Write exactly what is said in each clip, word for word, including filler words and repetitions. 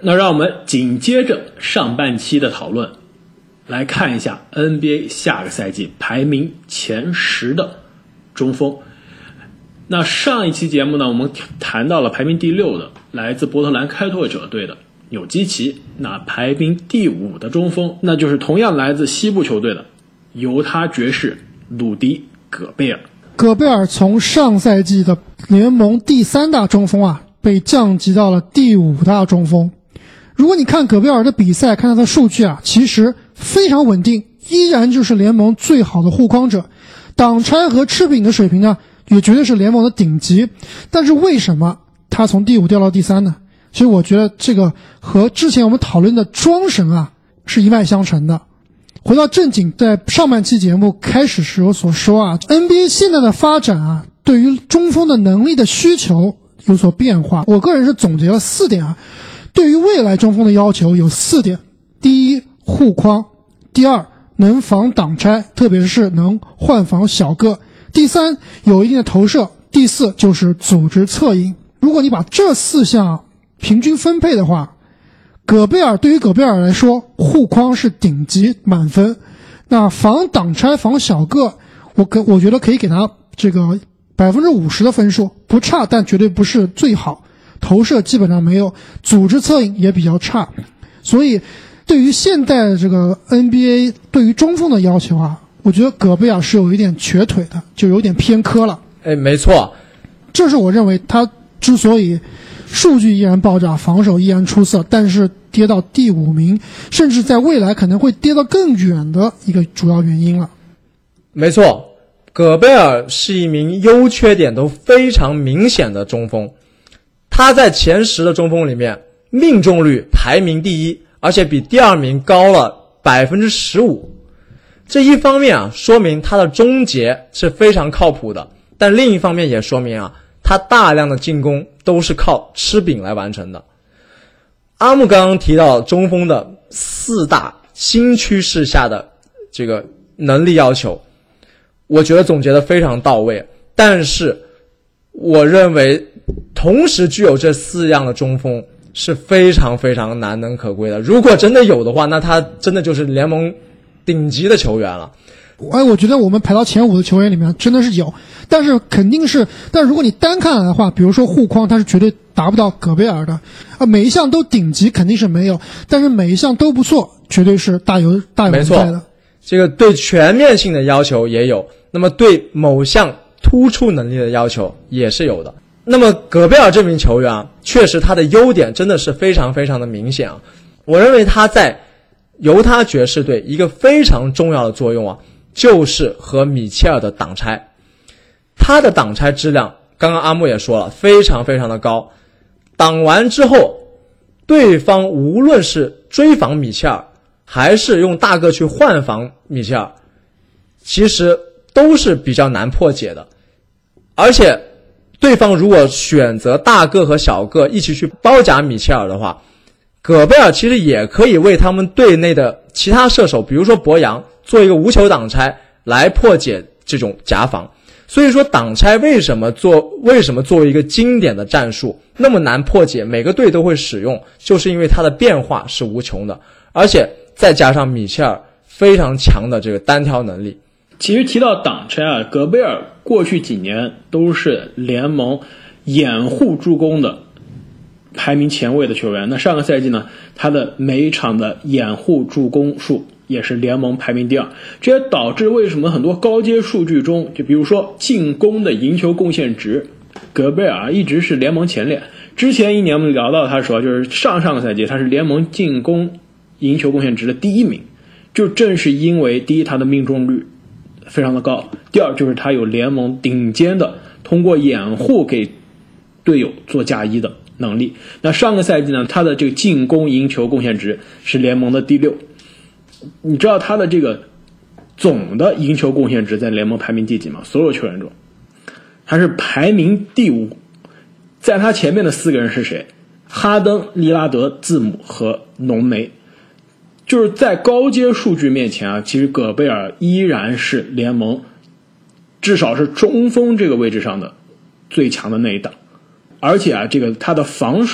那让我们紧接着上半期的讨论，来看一下 N B A 下个赛季排名前十的中锋。那上一期节目呢，我们谈到了排名第六的来自波特兰开拓者队的纽基奇，那排名第五的中锋，那就是同样来自西部球队的犹他爵士鲁迪戈贝尔。 戈贝尔从上赛季的联盟第三大中锋啊，被降级到了第五大中锋。如果你看戈贝尔的比赛，看他的数据啊，其实非常稳定，依然就是联盟最好的护框者，挡拆和吃饼的水平呢，也绝对是联盟的顶级。但是为什么他从第五掉到第三呢？其实我觉得这个和之前我们讨论的庄神啊是一脉相承的。回到正经，在上半期节目开始时我所说啊 ，N B A 现在的发展啊，对于中锋的能力的需求有所变化。我个人是总结了四点啊，对于未来中锋的要求有四点：第一，护框；第二，能防挡拆，特别是能换防小个；第三，有一定的投射；第四，就是组织策应。如果你把这四项平均分配的话，戈贝尔对于戈贝尔来说，护框是顶级满分，那防挡拆防小个，我可我觉得可以给他这个 百分之五十 的分数，不差，但绝对不是最好。投射基本上没有，组织策应也比较差。所以对于现在的这个 N B A 对于中锋的要求啊，我觉得戈贝尔是有一点瘸腿的，就有点偏科了。 哎，没错， 这是我认为他之所以数据依然爆炸，防守依然出色，但是跌到第五名，甚至在未来可能会跌到更远的一个主要原因了。 没错，戈贝尔是一名优缺点都非常明显的中锋，他在前十的中锋里面命中率排名第一，而且比第二名高了 百分之十五。 这一方面啊，说明他的终结是非常靠谱的，但另一方面也说明啊，他大量的进攻都是靠吃饼来完成的。阿木刚刚提到中锋的四大新趋势下的这个能力要求，我觉得总结的非常到位，但是我认为同时具有这四样的中锋是非常非常难能可贵的。如果真的有的话，那他真的就是联盟顶级的球员了。 哎，我觉得我们排到前五的球员里面真的是有，但是肯定是，但如果你单看来的话，比如说护框，他是绝对达不到戈贝尔的啊。每一项都顶级肯定是没有，但是每一项都不错，绝对是大有大有人在的。 没错，这个对全面性的要求也有，那么对某项突出能力的要求也是有的。那么戈贝尔这名球员啊，确实他的优点真的是非常非常的明显啊。我认为他在犹他爵士队一个非常重要的作用啊，就是和米切尔的挡拆。他的挡拆质量刚刚阿木也说了，非常非常的高。挡完之后，对方无论是追防米切尔还是用大个去换防米切尔，其实都是比较难破解的。而且对方如果选择大个和小个一起去包夹米切尔的话，戈贝尔其实也可以为他们队内的其他射手，比如说博扬，做一个无球挡拆来破解这种夹防。所以说挡拆为什么做为什么作为一个经典的战术那么难破解，每个队都会使用，就是因为它的变化是无穷的，而且再加上米切尔非常强的这个单挑能力。 其实提到挡拆啊，戈贝尔过去几年都是联盟掩护助攻的排名前位的球员。那上个赛季呢，他的每一场的掩护助攻数也是联盟排名第二，这也导致为什么很多高阶数据中，就比如说进攻的赢球贡献值，戈贝尔一直是联盟前列。之前一年我们聊到他的时候，就是上上个赛季他是联盟进攻赢球贡献值的第一名，就正是因为第一他的命中率非常的高，第二就是他有联盟顶尖的通过掩护给队友做加一的能力。那上个赛季呢，他的这个进攻赢球贡献值是联盟的第六。你知道他的这个总的赢球贡献值在联盟排名第几吗？所有球员中他是排名第五。在他前面的四个人是谁？哈登、利拉德、字母和浓眉。就是在高阶数据面前啊，其实戈贝尔依然是联盟至少是中锋这个位置上的最强的那一档。而且啊，这个他的防守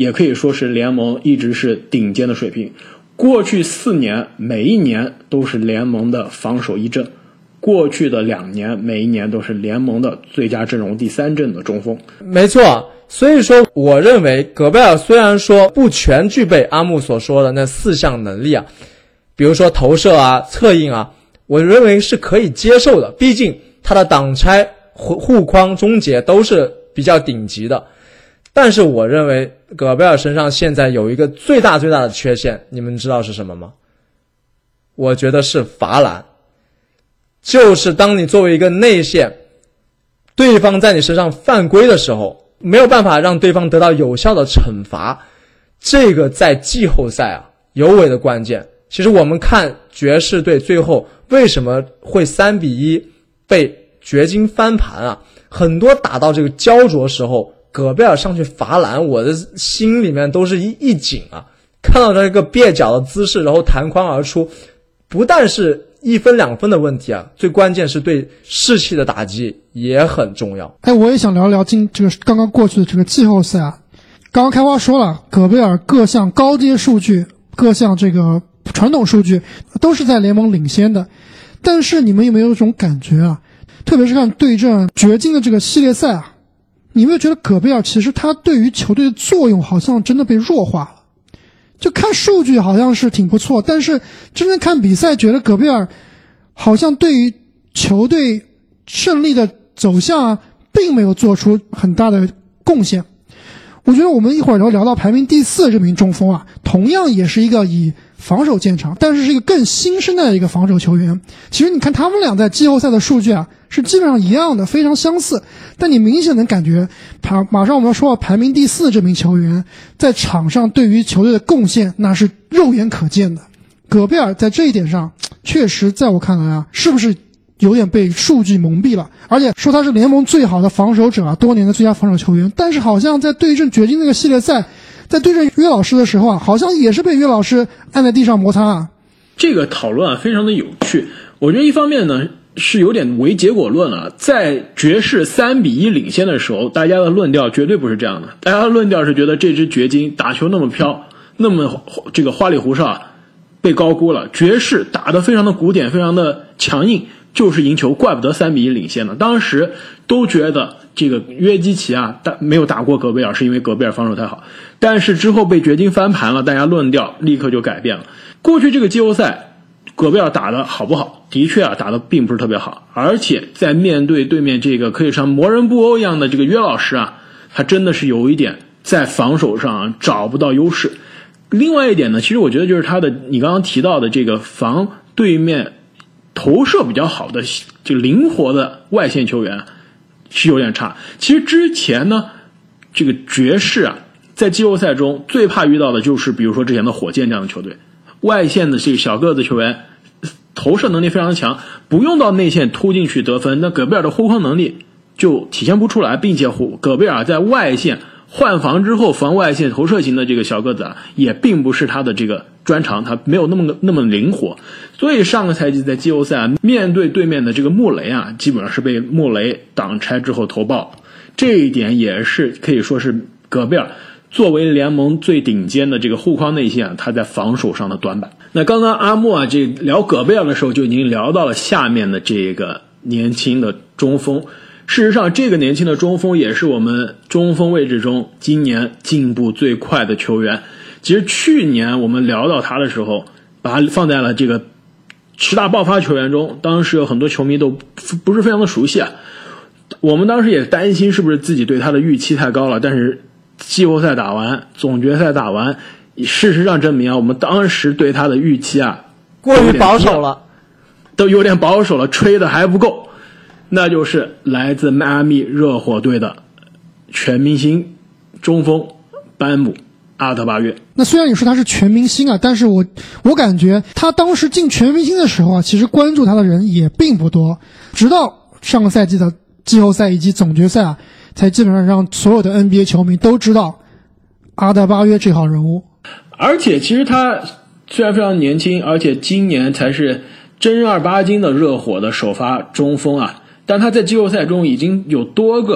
也可以说是联盟一直是顶尖的水平。过去四年每一年都是联盟的防守一阵，过去的两年每一年都是联盟的最佳阵容第三阵的中锋。 没错，所以说我认为戈贝尔虽然说不全具备阿木所说的那四项能力啊，比如说投射啊、策应啊，我认为是可以接受的，毕竟他的挡拆、护框、终结都是比较顶级的。但是我认为戈贝尔身上现在有一个最大最大的缺陷，你们知道是什么吗？我觉得是罚篮。就是当你作为一个内线，对方在你身上犯规的时候，没有办法让对方得到有效的惩罚，这个在季后赛啊尤为的关键。其实我们看爵士队最后为什么会三比一被掘金翻盘啊，很多打到这个焦灼时候，戈贝尔上去罚篮，我的心里面都是一一紧啊！看到这个蹩脚的姿势，然后弹框而出，不但是一分两分的问题啊，最关键是对士气的打击也很重要。 哎，我也想聊聊今这个刚刚过去的这个季后赛啊。刚刚开花说了，戈贝尔各项高阶数据、各项这个传统数据都是在联盟领先的，但是你们有没有一种感觉啊？特别是看对阵掘金的这个系列赛啊，你有没有觉得戈贝尔其实他对于球队的作用好像真的被弱化了？就看数据好像是挺不错，但是真正看比赛觉得戈贝尔好像对于球队胜利的走向啊并没有做出很大的贡献。我觉得我们一会儿聊聊到排名第四这名中锋啊，同样也是一个以防守见长，但是是一个更新生代的一个防守球员。其实你看他们俩在季后赛的数据啊是基本上一样的，非常相似，但你明显能感觉排马上我们要说到排名第四这名球员在场上对于球队的贡献那是肉眼可见的。戈贝尔在这一点上确实在我看来啊是不是有点被数据蒙蔽了，而且说他是联盟最好的防守者啊，多年的最佳防守球员，但是好像在对阵掘金那个系列赛，在对阵约老师的时候啊，好像也是被约老师按在地上摩擦啊。 这个讨论啊非常的有趣，我觉得一方面呢是有点唯结果论了。在爵士三比一领先的时候，大家的论调绝对不是这样的，大家的论调是觉得这支掘金打球那么飘，那么这个花里胡哨啊，被高估了。爵士打得非常的古典，非常的强硬，就是赢球，怪不得三比一领先了。当时都觉得这个约基奇啊没有打过戈贝尔，是因为戈贝尔防守太好。但是之后被掘金翻盘了，大家论调立刻就改变了。过去这个季后赛戈贝尔打得好不好？的确啊，打得并不是特别好，而且在面对对面这个可以像魔人布欧一样的这个约老师啊，他真的是有一点在防守上、啊、找不到优势。另外一点呢，其实我觉得就是他的你刚刚提到的这个防对面投射比较好的这个灵活的外线球员是有点差。其实之前呢，这个爵士啊，在季后赛中最怕遇到的就是比如说之前的火箭这样的球队，外线的这个小个子球员投射能力非常强，不用到内线突进去得分，那戈贝尔的护框能力就体现不出来，并且戈贝尔在外线换防之后防外线投射型的这个小个子啊，也并不是他的这个专长，他没有那么那么灵活。所以上个赛季在季后赛啊，面对对面的这个穆雷啊，基本上是被穆雷挡拆之后投爆，这一点也是可以说是戈贝尔作为联盟最顶尖的这个护框内线啊，他在防守上的短板。那刚刚阿莫啊，这聊戈贝尔的时候就已经聊到了下面的这个年轻的中锋。事实上，这个年轻的中锋也是我们中锋位置中今年进步最快的球员。其实去年我们聊到他的时候，把他放在了这个十大爆发球员中，当时有很多球迷都不是非常的熟悉啊。我们当时也担心是不是自己对他的预期太高了，但是季后赛打完，总决赛打完，事实上证明啊，我们当时对他的预期啊过于保守了， 都有点保守了，吹的还不够。那就是来自迈阿密热火队的全明星中锋班姆阿德巴约。 那虽然你说他是全明星啊，但是我我感觉他当时进全明星的时候啊，其实关注他的人也并不多，直到上个赛季的季后赛以及总决赛啊，才基本上让所有的 N B A 球迷都知道阿德巴约这号人物。 而且其实他虽然非常年轻，而且今年才是正儿八经的热火的首发中锋啊，但他在季后赛中已经有多个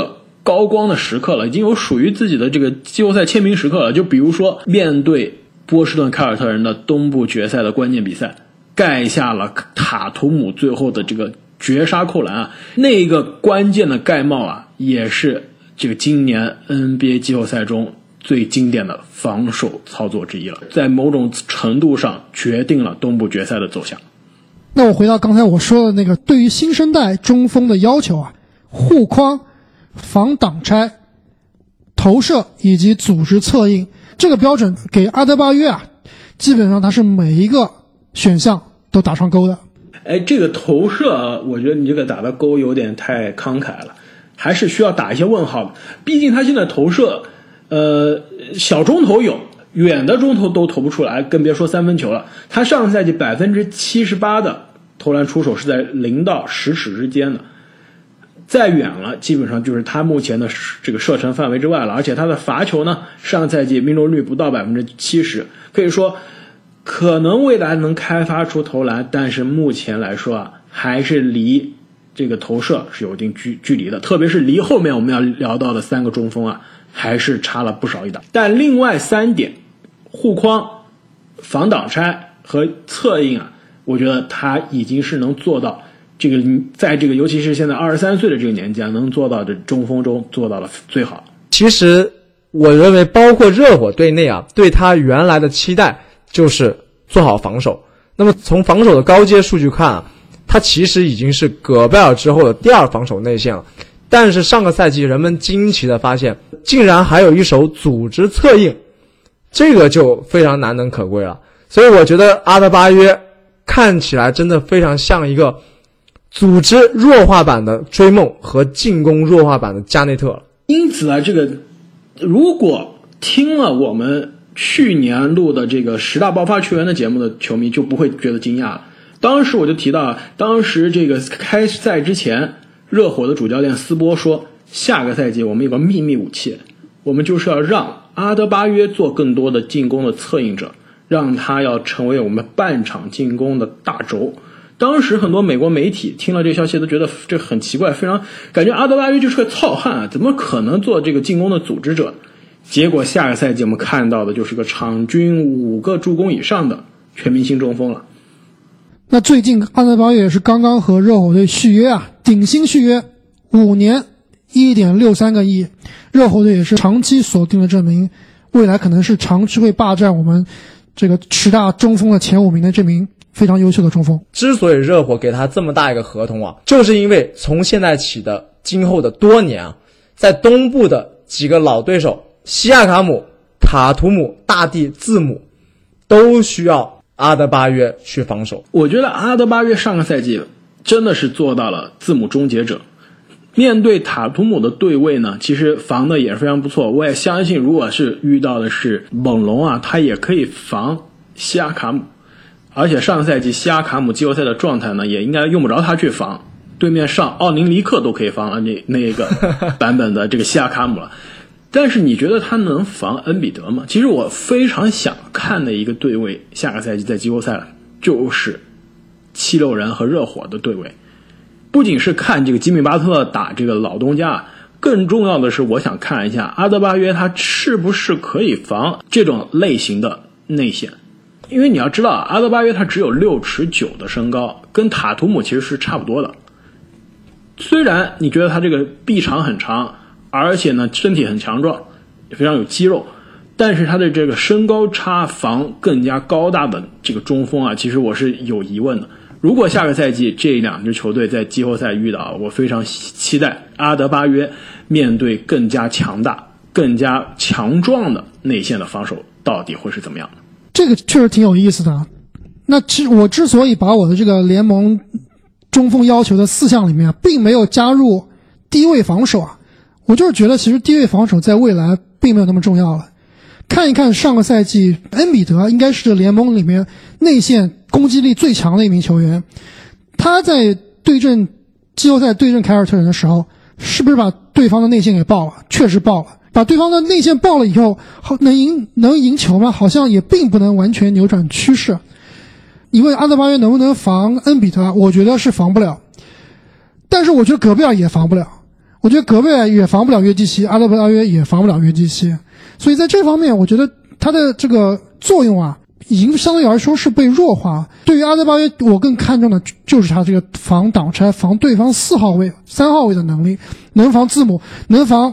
高光的时刻了，已经有属于自己的这个季后赛签名时刻了。就比如说面对波士顿凯尔特人的东部决赛的关键比赛，盖下了塔图姆最后的这个绝杀扣篮啊，那个关键的盖帽啊，也是这个今年 N B A 季后赛中最经典的防守操作之一了，在某种程度上决定了东部决赛的走向。 那我回到刚才我说的那个对于新生代中锋的要求啊，护框、防挡拆、投射以及组织策应，这个标准给阿德巴约啊，基本上他是每一个选项都打上勾的。 哎，这个投射我觉得你这个打的勾有点太慷慨了，还是需要打一些问号的。毕竟他现在投射呃小中投有，远的中投都投不出来，更别说三分球了。他上个赛季 百分之七十八 的投篮出手是在零到十尺之间的，再远了基本上就是他目前的这个射程范围之外了。而且他的罚球呢，上赛季命中率不到 百分之七十， 可以说可能未来能开发出投篮，但是目前来说啊，还是离这个投射是有一定距距离的，特别是离后面我们要聊到的三个中锋啊，还是差了不少一档。但另外三点，护框、防挡拆和策应啊，我觉得他已经是能做到这个，在这个尤其是现在二十三岁的这个年纪啊，能做到的中锋中做到了最好。 其实我认为包括热火队内啊，对他原来的期待就是做好防守。那么从防守的高阶数据看啊，他其实已经是戈贝尔之后的第二防守内线了。但是上个赛季人们惊奇的发现，竟然还有一手组织策应，这个就非常难能可贵了。所以我觉得阿德巴约看起来真的非常像一个组织弱化版的追梦和进攻弱化版的加内特了。 因此啊，这个如果听了我们去年录的这个十大爆发球员的节目的球迷就不会觉得惊讶了。当时我就提到，当时这个开赛之前，热火的主教练斯波说，下个赛季我们有个秘密武器，我们就是要让阿德巴约做更多的进攻的策应者，让他要成为我们半场进攻的大轴。当时很多美国媒体听了这消息都觉得这很奇怪，非常感觉阿德巴约就是个糙汉啊，怎么可能做这个进攻的组织者？结果下个赛季我们看到的就是个场均五个助攻以上的全明星中锋了。 那最近阿德巴约也是刚刚和热火队续约啊，顶薪续约五年 一点六三个亿，热火队也是长期锁定了这名未来可能是长期会霸占我们这个十大中锋的前五名的这名非常优秀的中锋。 之所以热火给他这么大一个合同啊，就是因为从现在起的今后的多年啊，在东部的几个老对手西亚卡姆、塔图姆、大帝、字母都需要阿德巴约去防守。 我觉得阿德巴约上个赛季真的是做到了字母终结者。面对塔图姆的对位呢，其实防的也是非常不错。我也相信，如果是遇到的是猛龙啊，他也可以防西亚卡姆。而且上个赛季西亚卡姆季后赛的状态呢，也应该用不着他去防，对面上奥宁尼克都可以防那那个版本的这个西亚卡姆了。但是你觉得他能防恩比德吗？其实我非常想看的一个对位，下个赛季在季后赛就是七六人和热火的对位。不仅是看这个吉米巴特勒打这个老东家，更重要的是我想看一下阿德巴约他是不是可以防这种类型的内线。因为你要知道阿德巴约他只有六尺九的身高，跟塔图姆其实是差不多的。虽然你觉得他这个臂长很长，而且呢身体很强壮，也非常有肌肉，但是他的这个身高差防更加高大的这个中锋啊，其实我是有疑问的。如果下个赛季这两支球队在季后赛遇到，我非常期待阿德巴约面对更加强大、更加强壮的内线的防守到底会是怎么样的。 这个确实挺有意思的。那之我之所以把我的这个联盟中锋要求的四项里面并没有加入低位防守啊，我就是觉得其实低位防守在未来并没有那么重要了。看一看上个赛季恩比德应该是联盟里面内线攻击力最强的一名球员，他在对阵季后赛对阵凯尔特人的时候，是不是把对方的内线给爆了？确实爆了。把对方的内线爆了以后，好能赢能赢球吗？好像也并不能完全扭转趋势。你问阿德巴约能不能防恩比德，我觉得是防不了。但是我觉得戈贝尔也防不了。 我觉得戈贝尔也防不了约基奇，阿德巴约也防不了约基奇，所以在这方面我觉得他的这个作用啊已经相对来说是被弱化。对于阿德巴约我更看重的就是他这个防挡拆防对方四号位三号位的能力，能防字母，能防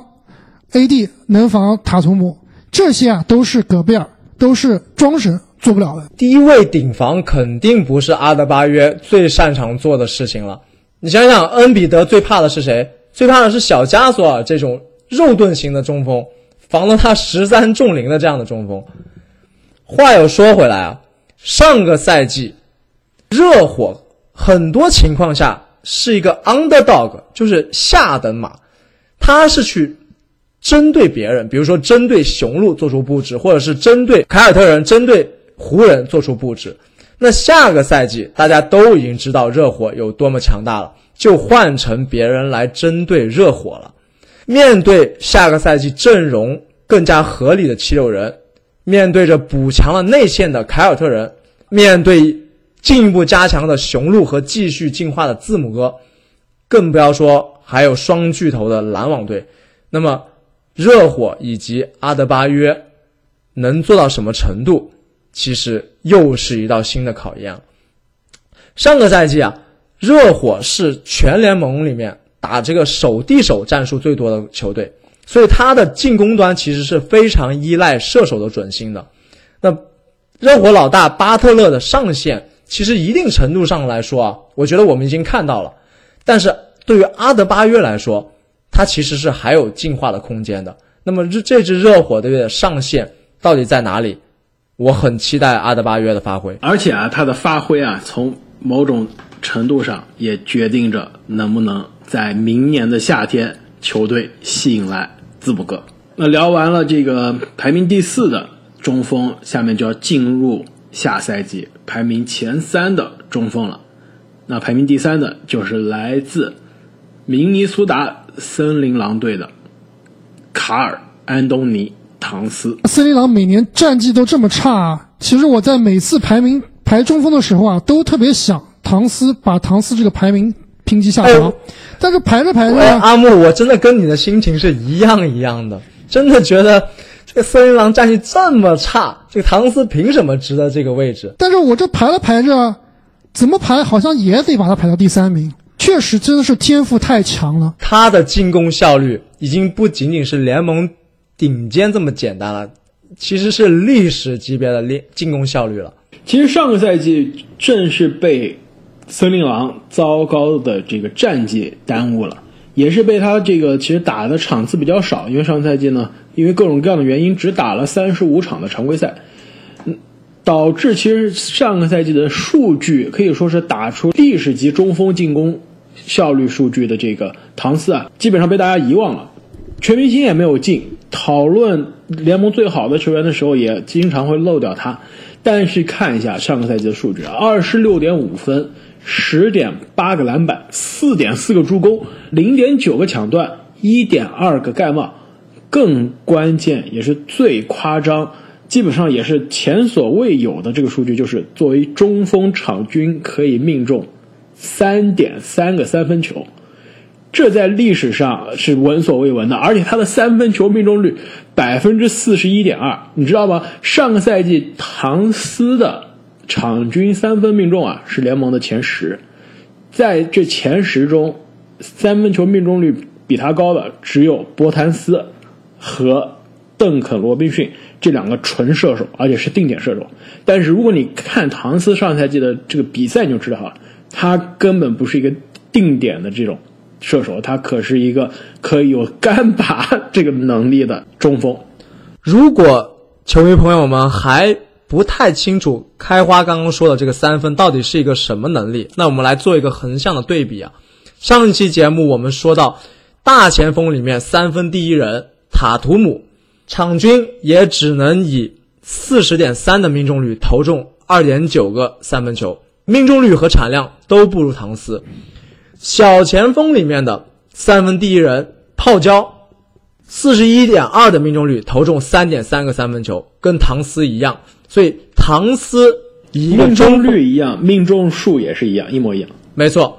A D， 能防塔图姆，这些啊都是戈贝尔都是庄神做不了的。 低位顶防肯定不是阿德巴约最擅长做的事情了。你想想，恩比德最怕的是谁？最怕的是小加索尔这种肉盾型的中锋，防了他十三中零的这样的中锋。话又说回来啊，上个赛季热火很多情况下是一个 underdog， 就是下等马，他是去针对别人，比如说针对雄鹿做出布置，或者是针对凯尔特人针对湖人做出布置。那下个赛季大家都已经知道热火有多么强大了，就换成别人来针对热火了。面对下个赛季阵容更加合理的七六人，面对着补强了内线的凯尔特人，面对进一步加强的雄鹿和继续进化的字母哥，更不要说还有双巨头的篮网队。那么热火以及阿德巴约能做到什么程度，其实又是一道新的考验了。上个赛季啊，热火是全联盟里面打这个守地手战术最多的球队，所以他的进攻端其实是非常依赖射手的准心的。那热火老大巴特勒的上限其实一定程度上来说啊，我觉得我们已经看到了，但是对于阿德巴约来说，他其实是还有进化的空间的。那么这支热火队的上限到底在哪里？我很期待阿德巴约的发挥。 而且啊，他的发挥啊，从某种程度上也决定着能不能在明年的夏天球队吸引来字母哥。那聊完了这个排名第四的中锋，下面就要进入下赛季排名前三的中锋了。那排名第三的就是来自明尼苏达森林狼队的卡尔·安东尼·唐斯。 森林狼每年战绩都这么差啊，其实我在每次排名排中锋的时候啊，都特别想唐斯把唐斯这个排名评级下调、哎、但是排着排着、 哎、阿木，我真的跟你的心情是一样一样的，真的觉得这个森林狼战绩这么差，这个唐斯凭什么值得这个位置？ 但是我这排了排着，怎么排好像也得把他排到第三名，确实真的是天赋太强了。 他的进攻效率已经不仅仅是联盟顶尖这么简单了，其实是历史级别的进攻效率了。 其实上个赛季正是被森林狼糟糕的这个战绩耽误了，也是被他这个其实打的场次比较少，因为上赛季呢，因为各种各样的原因只打了三十五场的常规赛，嗯，导致其实上个赛季的数据可以说是打出历史级中锋进攻效率数据的这个唐斯啊，基本上被大家遗忘了，全明星也没有进，讨论联盟最好的球员的时候也经常会漏掉他。但是看一下上个赛季的数据啊， 二十六点五分， 十点八个篮板， 四点四个助攻， 零点九个抢断， 一点二个盖帽，更关键也是最夸张，基本上也是前所未有的这个数据，就是作为中锋场均可以命中 三点三个三分球，这在历史上是闻所未闻的。而且他的三分球命中率 百分之四十一点二， 你知道吗？上个赛季唐斯的场均三分命中啊是联盟的前十，在这前十中三分球命中率比他高的只有波坦斯和邓肯罗宾逊这两个纯射手，而且是定点射手。但是如果你看唐斯上赛季的这个比赛你就知道了，他根本不是一个定点的这种射手，他可是一个可以有干拔这个能力的中锋。 如果球迷朋友们还不太清楚开花刚刚说的这个三分到底是一个什么能力，那我们来做一个横向的对比啊。上一期节目我们说到大前锋里面三分第一人塔图姆，场均也只能以 四十点三 的命中率投中 二点九个三分球，命中率和产量都不如唐斯。小前锋里面的三分第一人泡椒， 四十一点二 的命中率投中 三点三 个三分球，跟唐斯一样。所以唐斯一个命中率一样，命中数也是一样，一模一样。 没错，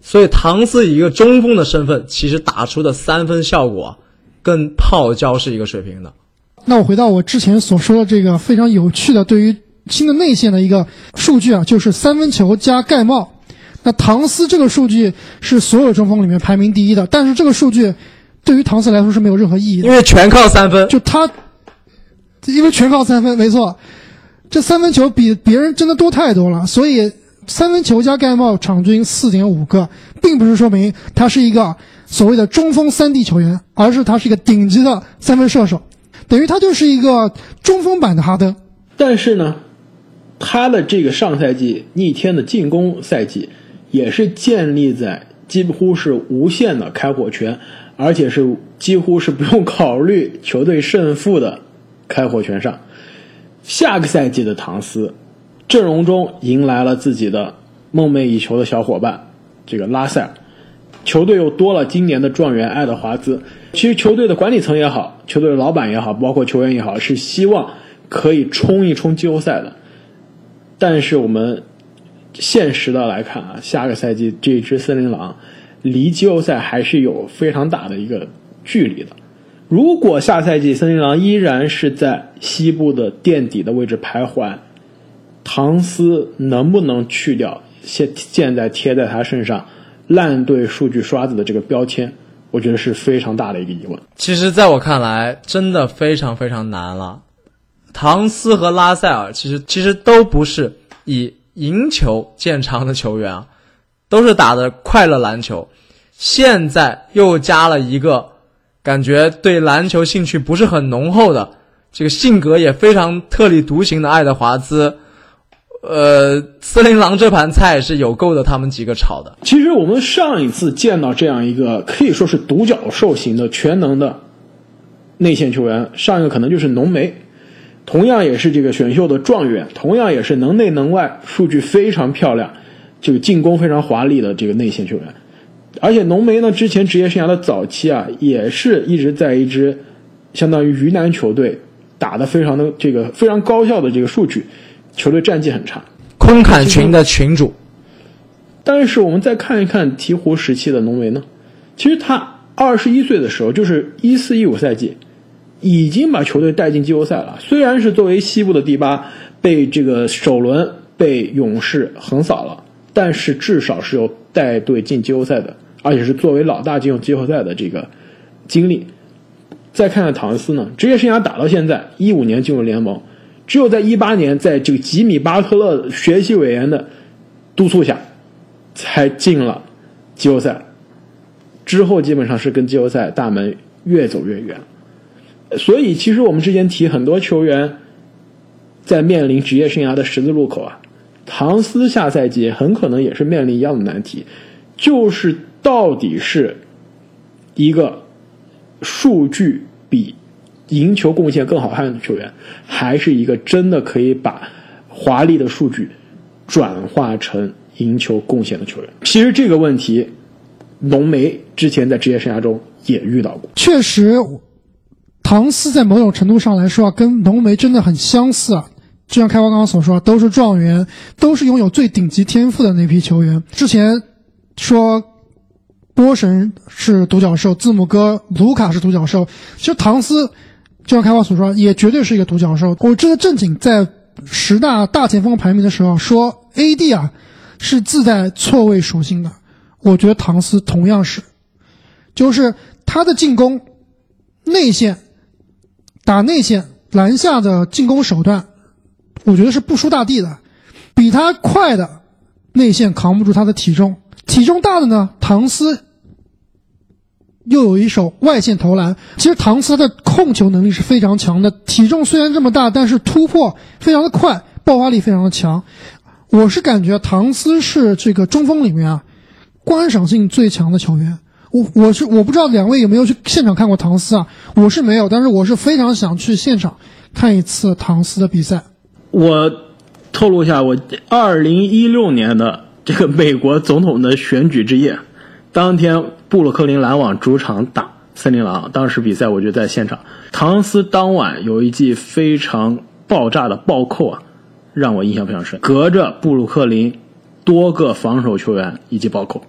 所以唐斯以一个中锋的身份，其实打出的三分效果跟泡椒是一个水平的。 那我回到我之前所说的这个非常有趣的对于新的内线的一个数据啊，就是三分球加盖帽。那唐斯这个数据是所有中锋里面排名第一的，但是这个数据对于唐斯来说是没有任何意义的， 因为全靠三分。 就他，因为全靠三分，没错，这三分球比别人真的多太多了，所以三分球加盖帽场均 四点五 个，并不是说明他是一个所谓的中锋 三 D 球员，而是他是一个顶级的三分射手，等于他就是一个中锋版的哈登。 但是呢，他的这个上赛季逆天的进攻赛季也是建立在几乎是无限的开火权，而且是几乎是不用考虑球队胜负的开火权上。下个赛季的唐斯阵容中迎来了自己的梦寐以求的小伙伴，这个拉塞尔，球队又多了今年的状元爱德华兹。其实球队的管理层也好，球队的老板也好，包括球员也好，是希望可以冲一冲季后赛的。但是我们现实的来看啊，下个赛季这支森林狼离季后赛还是有非常大的一个距离的。如果下赛季森林狼依然是在西部的垫底的位置徘徊，唐斯能不能去掉现现在贴在他身上烂队数据刷子的这个标签，我觉得是非常大的一个疑问。 其实在我看来真的非常非常难了。唐斯和拉塞尔其实其实都不是以赢球见长的球员啊，都是打的快乐篮球。现在又加了一个感觉对篮球兴趣不是很浓厚的，这个性格也非常特立独行的爱德华兹。呃，森林狼这盘菜是有够的他们几个炒的。 其实我们上一次见到这样一个可以说是独角兽型的全能的内线球员，上一个可能就是浓眉，同样也是这个选秀的状元，同样也是能内能外，数据非常漂亮，这个进攻非常华丽的这个内线球员。而且浓眉呢，之前职业生涯的早期啊，也是一直在一支相当于鱼腩球队打得非常的这个非常高效的这个数据，球队战绩很差。 空砍群的群主。 但是我们再看一看鹈鹕时期的浓眉呢，其实他二十一岁的时候，就是一四一五赛季，已经把球队带进季后赛了。虽然是作为西部的第八，被这个首轮被勇士横扫了，但是至少是有带队进季后赛的，而且是作为老大进入季后赛的这个经历。再看看唐斯呢，职业生涯打到现在，一五年进入联盟，只有在一八年在这个吉米巴特勒学习委员的督促下才进了季后赛，之后基本上是跟季后赛大门越走越远。所以其实我们之前提很多球员在面临职业生涯的十字路口啊，唐斯下赛季很可能也是面临一样的难题，就是到底是一个数据比赢球贡献更好看的球员，还是一个真的可以把华丽的数据转化成赢球贡献的球员。其实这个问题浓眉之前在职业生涯中也遇到过。 确实唐斯在某种程度上来说啊，跟浓眉真的很相似啊。就像开花刚刚所说，都是状元，都是拥有最顶级天赋的那批球员。之前说波神是独角兽，字母哥卢卡是独角兽，其实唐斯就像开花所说也绝对是一个独角兽。我记得正经在十大大前锋排名的时候说 A D 啊是自带错位属性的，我觉得唐斯同样是，就是他的进攻内线打内线篮下的进攻手段我觉得是不输大帝的，比他快的内线扛不住他的体重，体重大的呢唐斯又有一手外线投篮。其实唐斯的控球能力是非常强的，体重虽然这么大，但是突破非常的快，爆发力非常的强。我是感觉唐斯是这个中锋里面啊观赏性最强的球员。我我是我不知道两位有没有去现场看过唐斯啊？我是没有，但是我是非常想去现场看一次唐斯的比赛。 我透露一下，我二零一六年的这个美国总统的选举之夜，当天布鲁克林篮网主场打森林狼，当时比赛我就在现场。唐斯当晚有一记非常爆炸的暴扣啊，让我印象非常深，隔着布鲁克林多个防守球员以及暴扣，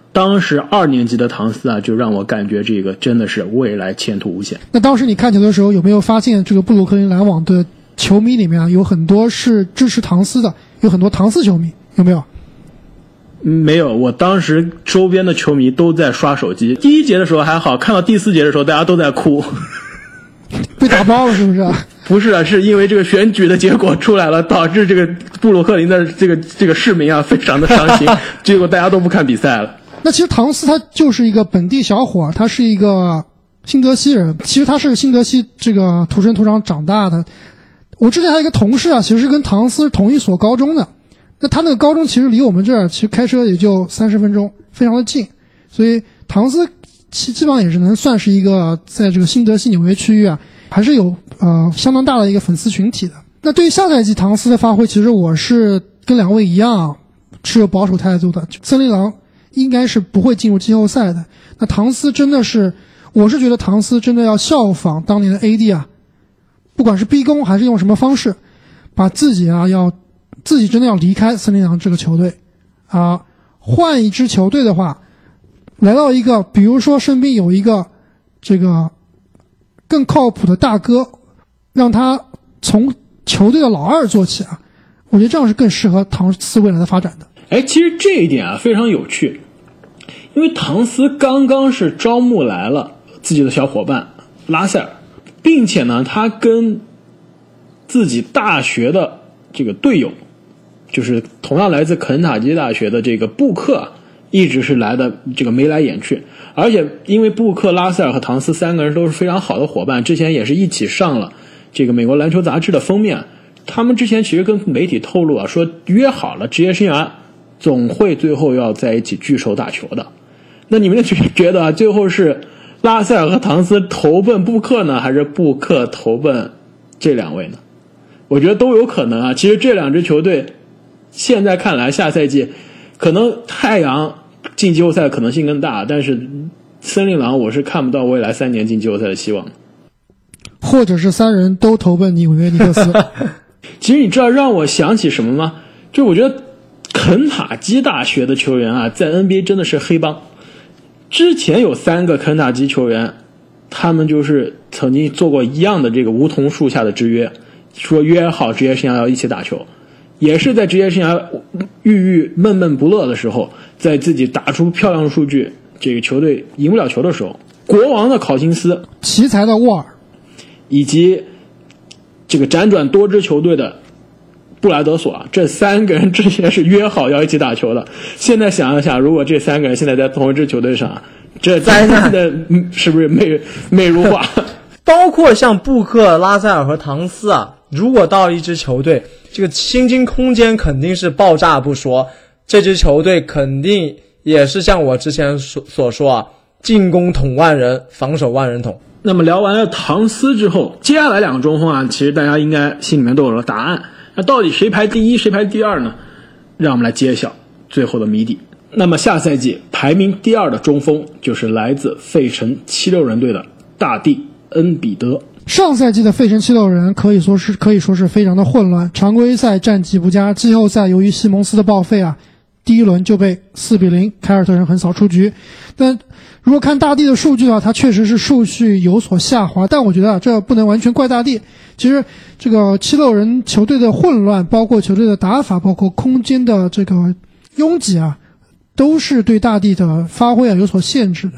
当时二年级的唐斯啊，就让我感觉这个真的是未来前途无限。 那当时你看球的时候，有没有发现这个布鲁克林篮网的球迷里面啊，有很多是支持唐斯的，有很多唐斯球迷，有没有？ 没有，我当时周边的球迷都在刷手机。第一节的时候还好，看到第四节的时候，大家都在哭。 被打爆了是不是？ 不是啊，是因为这个选举的结果出来了，导致这个布鲁克林的这个这个市民啊非常的伤心，结果大家都不看比赛了。 那其实唐斯他就是一个本地小伙，他是一个新泽西人，其实他是新泽西这个土生土长长大的。我之前还有一个同事啊，其实是跟唐斯同一所高中的，那他那个高中其实离我们这儿其实开车也就三十分钟，非常的近，所以唐斯基基本上也是能算是一个在这个新泽西纽约区域啊，还是有呃相当大的一个粉丝群体的。那对于下赛季唐斯的发挥，其实我是跟两位一样持有保守态度的，森林狼应该是不会进入季后赛的。那唐斯真的是，我是觉得唐斯真的要效仿当年的 A D 啊，不管是逼宫还是用什么方式，把自己啊要自己真的要离开森林狼这个球队啊，换一支球队的话，来到一个比如说身边有一个这个更靠谱的大哥，让他从球队的老二做起啊，我觉得这样是更适合唐斯未来的发展的。 哎，其实这一点啊非常有趣，因为唐斯刚刚是招募来了自己的小伙伴拉塞尔，并且呢，他跟自己大学的这个队友，就是同样来自肯塔基大学的这个布克，一直是来的这个眉来眼去。而且因为布克、拉塞尔和唐斯三个人都是非常好的伙伴，之前也是一起上了这个美国篮球杂志的封面。他们之前其实跟媒体透露啊，说约好了职业生涯总会最后要在一起聚首打球的。那你们就觉得啊，最后是拉塞尔和唐斯投奔布克呢，还是布克投奔这两位呢？我觉得都有可能啊。其实这两支球队现在看来，下赛季可能太阳进季后赛的可能性更大，但是森林狼我是看不到未来三年进季后赛的希望。 或者是三人都投奔纽约尼克斯。 其实你知道让我想起什么吗？就我觉得肯塔基大学的球员啊，在 N B A 真的是黑帮。之前有三个肯塔基球员，他们就是曾经做过一样的这个梧桐树下的之约，说约好职业生涯要一起打球，也是在职业生涯郁郁闷闷不乐的时候，在自己打出漂亮的数据，这个球队赢不了球的时候，国王的考辛斯、 奇才的沃尔， 以及这个辗转多支球队的布莱德索啊，这三个人之前是约好要一起打球的。现在想一想，如果这三个人现在在同一支球队上，这灾难的是不是美美如画？ 包括像布克、拉塞尔和唐斯啊，如果到一支球队，这个薪金空间肯定是爆炸不说，这支球队肯定也是像我之前所所说啊，进攻捅万人，防守万人捅。 那么聊完了唐斯之后，接下来两个中锋啊，其实大家应该心里面都有了答案。那到底谁排第一，谁排第二呢？让我们来揭晓最后的谜底。那么下赛季排名第二的中锋就是来自费城七六人队的大帝恩比德。 上赛季的费城七六人可以说是可以说是非常的混乱，常规赛战绩不佳，季后赛由于西蒙斯的报废啊，第一轮就被四比零凯尔特人横扫出局。但如果看大帝的数据的话，他确实是数据有所下滑，但我觉得啊，这不能完全怪大帝。其实这个七六人球队的混乱，包括球队的打法，包括空间的这个拥挤啊，都是对大帝的发挥啊有所限制的。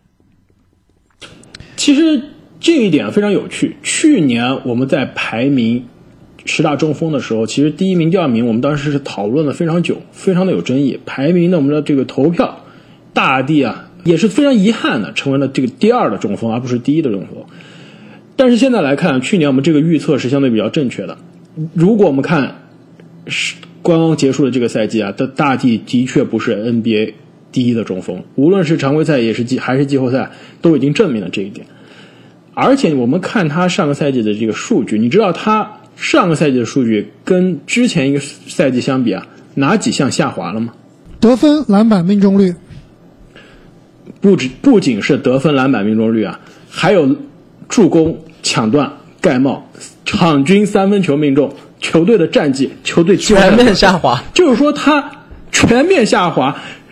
其实这一点非常有趣。去年我们在排名十大中锋的时候，其实第一名、第二名我们当时是讨论了非常久，非常的有争议。排名呢，我们的这个投票，大帝啊也是非常遗憾的成为了这个第二的中锋，而不是第一的中锋。但是现在来看，去年我们这个预测是相对比较正确的。如果我们看刚刚结束的这个赛季啊，的大帝的确不是 N B A 第一的中锋，无论是常规赛也是季还是季后赛，都已经证明了这一点。而且我们看他上个赛季的这个数据，你知道他上个赛季的数据跟之前一个赛季相比啊，哪几项下滑了吗？ 得分、篮板、命中率。 不止不仅是得分、篮板、命中率啊，还有助攻、抢断、盖帽、场均三分球命中、球队的战绩、球队全面下滑。 就是说他全面下滑。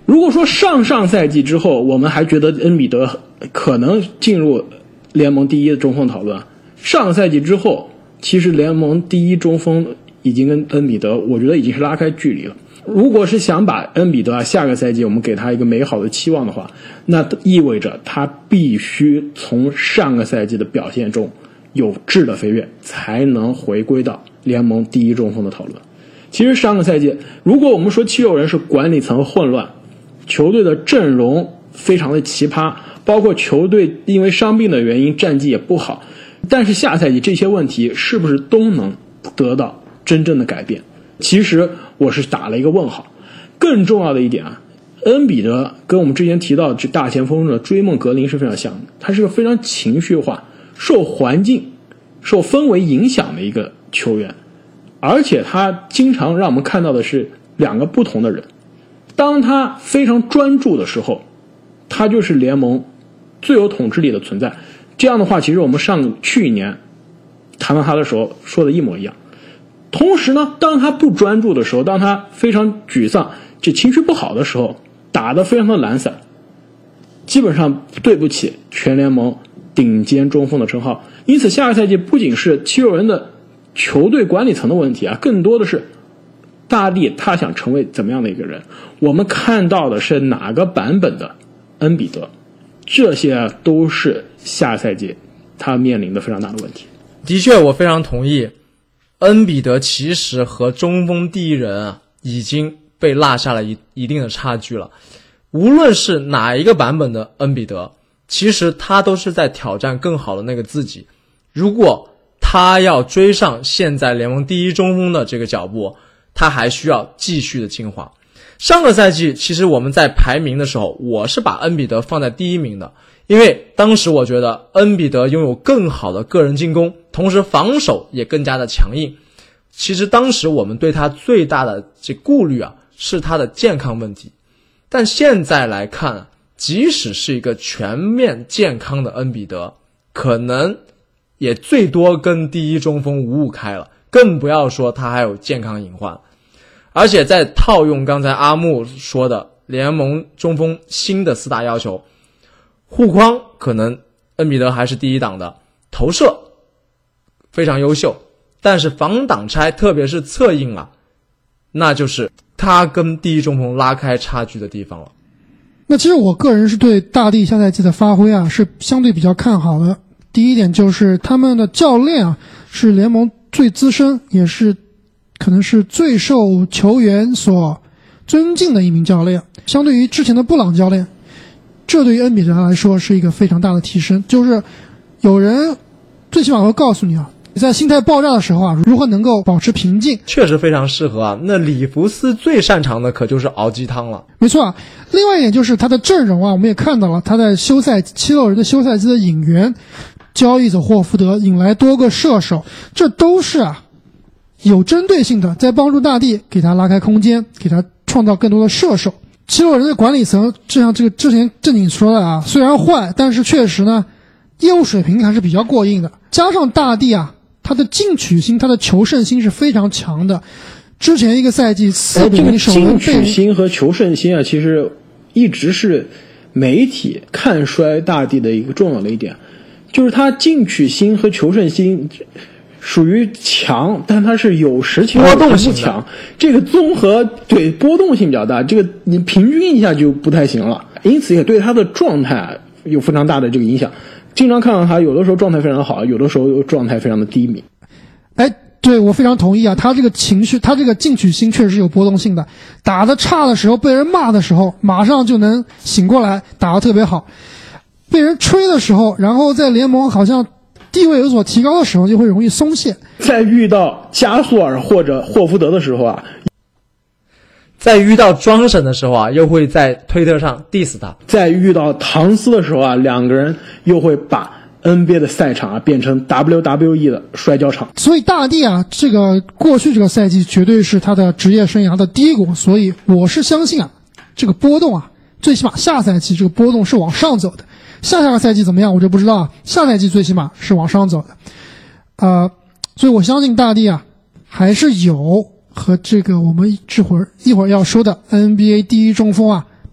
如果说上上赛季之后，我们还觉得恩比德可能进入联盟第一的中锋讨论，上个赛季之后，其实联盟第一中锋已经跟恩比德，我觉得已经是拉开距离了。如果是想把恩比德啊下个赛季我们给他一个美好的期望的话，那意味着他必须从上个赛季的表现中有质的飞跃，才能回归到联盟第一中锋的讨论。其实上个赛季，如果我们说七六人是管理层混乱，球队的阵容非常的奇葩，包括球队因为伤病的原因战绩也不好，但是下赛季这些问题是不是都能得到真正的改变？其实我是打了一个问号。更重要的一点啊，恩比德跟我们之前提到这大前锋的追梦格林是非常像的，他是个非常情绪化、受环境、受氛围影响的一个球员，而且他经常让我们看到的是两个不同的人。当他非常专注的时候，他就是联盟最有统治力的存在。这样的话，其实我们上去年谈到他的时候说的一模一样。同时呢，当他不专注的时候，当他非常沮丧、这情绪不好的时候，打得非常的懒散，基本上对不起全联盟顶尖中锋的称号。因此下个赛季不仅是七六人的球队管理层的问题啊，更多的是大帝他想成为怎么样的一个人。我们看到的是哪个版本的恩比德，这些啊都是下赛季他面临的非常大的问题。 的确，我非常同意，恩比德其实和中锋第一人啊已经被落下了一一定的差距了。无论是哪一个版本的恩比德，其实他都是在挑战更好的那个自己。如果他要追上现在联盟第一中锋的这个脚步，他还需要继续的进化。上个赛季其实我们在排名的时候，我是把恩比德放在第一名的，因为当时我觉得恩比德拥有更好的个人进攻，同时防守也更加的强硬。其实当时我们对他最大的这顾虑啊，是他的健康问题。但现在来看，即使是一个全面健康的恩比德，可能也最多跟第一中锋五五开了，更不要说他还有健康隐患。而且在套用刚才阿木说的联盟中锋新的四大要求，护框可能恩比德还是第一档的，投射非常优秀，但是防挡拆特别是策应啊，那就是他跟第一中锋拉开差距的地方了。 那其实我个人是对大帝下赛季的发挥啊是相对比较看好的。第一点就是他们的教练啊是联盟最资深，也是可能是最受球员所尊敬的一名教练，相对于之前的布朗教练，这对于恩比德来说是一个非常大的提升。就是有人最起码会告诉你啊，在心态爆炸的时候啊，如何能够保持平静， 确实非常适合啊。那里弗斯最擅长的可就是熬鸡汤了。 没错啊。另外一点就是他的阵容啊，我们也看到了他在休赛七六人的休赛期的引援，交易走霍福德，引来多个射手，这都是啊有针对性的，在帮助大帝给他拉开空间，给他创造更多的射手。七六人的管理层，就像这个之前正经说的啊，虽然坏，但是确实呢，业务水平还是比较过硬的。加上大帝啊，他的进取心、他的求胜心是非常强的。之前一个赛季四比零首轮被进取心和求胜心啊，其实一直是媒体看衰大帝的一个重要的一点，就是他进取心和求胜心属于强，但它是有时强波动性不强，这个综合对波动性比较大，这个你平均一下就不太行了，因此也对他的状态有非常大的这个影响。经常看到他有的时候状态非常好，有的时候状态非常的低迷。 哎，对，我非常同意啊，他这个情绪，他这个进取心确实是有波动性的。打得差的时候，被人骂的时候，马上就能醒过来，打得特别好。被人吹的时候，然后在联盟好像地位有所提高的时候，就会容易松懈。 在遇到加索尔或者霍福德的时候啊， 在遇到庄神的时候啊，又会在推特上 diss 他。 在遇到唐斯的时候啊，两个人又会把 N B A 的赛场啊变成 W W E 的摔跤场。 所以大帝啊，这个过去这个赛季绝对是他的职业生涯的低谷，所以我是相信啊，这个波动啊，最起码下赛季这个波动是往上走的。下下个赛季怎么样我就不知道啊，下赛季最起码是往上走的。呃，所以我相信大帝啊，还是有和这个我们这会儿一会儿要说的 N B A 第一中锋啊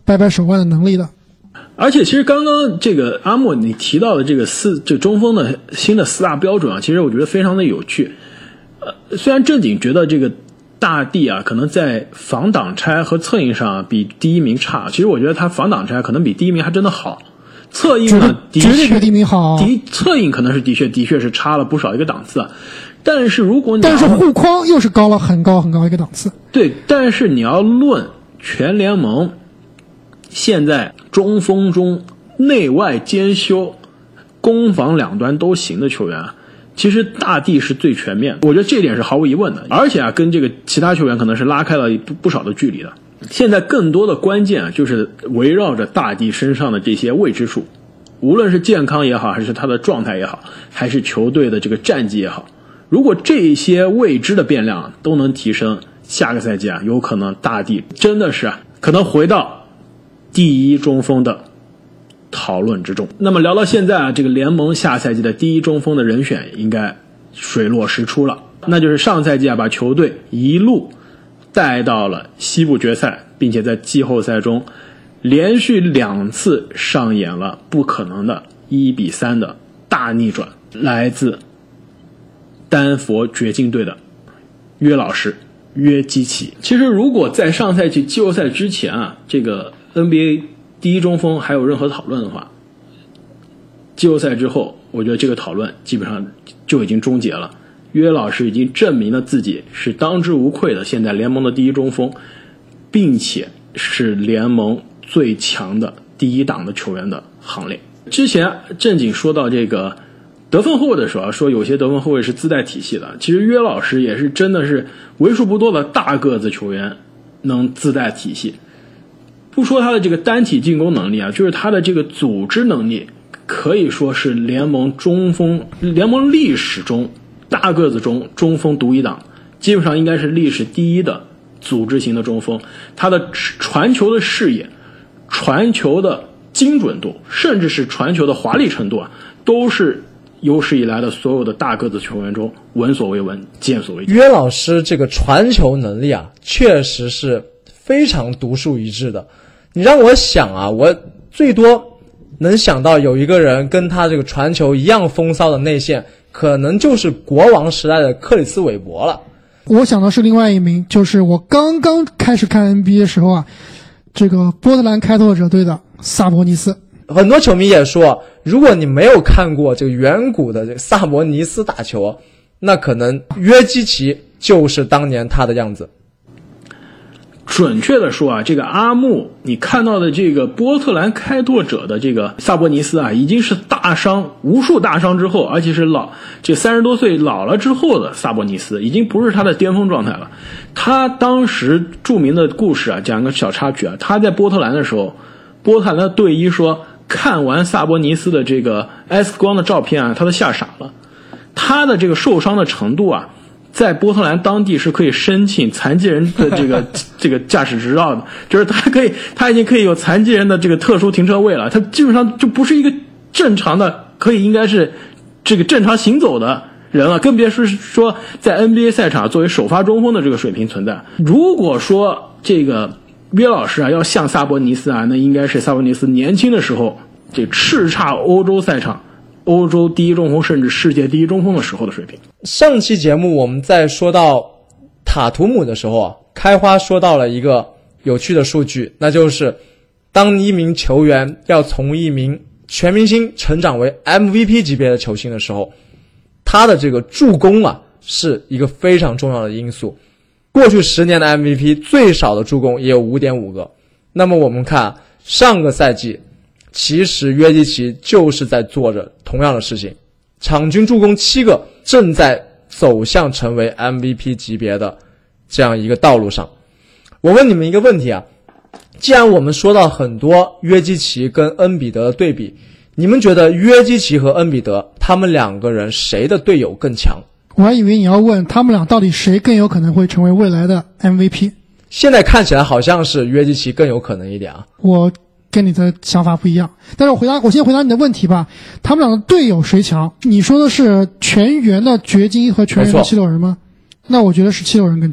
掰掰手腕的能力的。 而且其实刚刚这个阿莫你提到的这个四这中锋的新的四大标准啊，其实我觉得非常的有趣。呃，虽然正经觉得这个大帝啊可能在防挡拆和策应上比第一名差，其实我觉得他防挡拆可能比第一名还真的好。策应呢，的确绝对比第一名好。 第一策应可能是的确的确是差了不少一个档次啊。但是如果你但是护框又是高了很高很高一个档次。 对，但是你要论全联盟现在中锋中内外兼修、攻防两端都行的球员啊，其实大帝是最全面，我觉得这点是毫无疑问的。而且啊，跟这个其他球员可能是拉开了不不少的距离的。现在更多的关键啊，就是围绕着大帝身上的这些未知数，无论是健康也好，还是他的状态也好，还是球队的这个战绩也好，如果这些未知的变量都能提升，下个赛季啊，有可能大帝真的是啊，可能回到第一中锋的讨论之中。那么聊到现在啊，这个联盟下赛季的第一中锋的人选应该水落石出了，那就是上赛季啊，把球队一路带到了西部决赛，并且在季后赛中连续两次上演了不可能的一比三的大逆转，来自丹佛掘金队的约老师约基奇。其实如果在上赛季季后赛之前啊，这个 N B A 第一中锋还有任何讨论的话，季后赛之后我觉得这个讨论基本上就已经终结了。约老师已经证明了自己是当之无愧的现在联盟的第一中锋，并且是联盟最强的第一档的球员的行列。之前正经说到这个得分后卫的时候，说有些得分后卫是自带体系的，其实约老师也是真的是为数不多的大个子球员能自带体系。不说他的这个单体进攻能力啊，就是他的这个组织能力，可以说是联盟中锋联盟历史中大个子中中锋独一档，基本上应该是历史第一的组织型的中锋。他的传球的视野、传球的精准度，甚至是传球的华丽程度啊，都是有史以来的所有的大个子球员中闻所未闻、见所未见。 约老师这个传球能力啊，确实是非常独树一帜的。你让我想啊，我最多能想到有一个人跟他这个传球一样风骚的内线，可能就是国王时代的克里斯韦伯了。 我想的是另外一名，就是我刚刚开始看 N B A 的时候啊，这个波特兰开拓者队的萨博尼斯。 很多球迷也说，如果你没有看过这个远古的这个萨博尼斯打球，那可能约基奇就是当年他的样子。 准确的说啊，这个阿木你看到的这个波特兰开拓者的这个萨博尼斯啊，已经是大伤无数大伤之后，而且是老这三十多岁老了之后的萨博尼斯，已经不是他的巅峰状态了。他当时著名的故事啊，讲个小插曲啊，他在波特兰的时候，波特兰的队医说看完萨博尼斯的这个 X 光的照片啊，他都吓傻了。他的这个受伤的程度啊，在波特兰当地是可以申请残疾人的这个这个驾驶执照的，就是他可以他已经可以有残疾人的这个特殊停车位了，他基本上就不是一个正常的可以应该是这个正常行走的人了，更别是说在 N B A 赛场作为首发中锋的这个水平存在。如果说这个约老师啊要像萨博尼斯啊，那应该是萨博尼斯年轻的时候这叱咤欧洲赛场欧洲第一中锋甚至世界第一中锋的时候的水平。 上期节目我们在说到塔图姆的时候啊，开花说到了一个有趣的数据，那就是当一名球员要从一名全明星成长为 M V P 级别的球星的时候，他的这个助攻啊是一个非常重要的因素。过去十年的 M V P 最少的助攻也有 五点五 个。那么我们看上个赛季，其实约基奇就是在做着同样的事情，场均助攻七个，正在走向成为 M V P 级别的这样一个道路上。我问你们一个问题啊，既然我们说到很多约基奇跟恩比德的对比，你们觉得约基奇和恩比德他们两个人谁的队友更强？ 我还以为你要问他们俩到底谁更有可能会成为未来的 M V P。 现在看起来好像是约基奇更有可能一点啊。 我跟你的想法不一样，但是我回答我先回答你的问题吧。他们俩的队友谁强？你说的是全员的掘金和全员的七六人吗？那我觉得是七六人更强。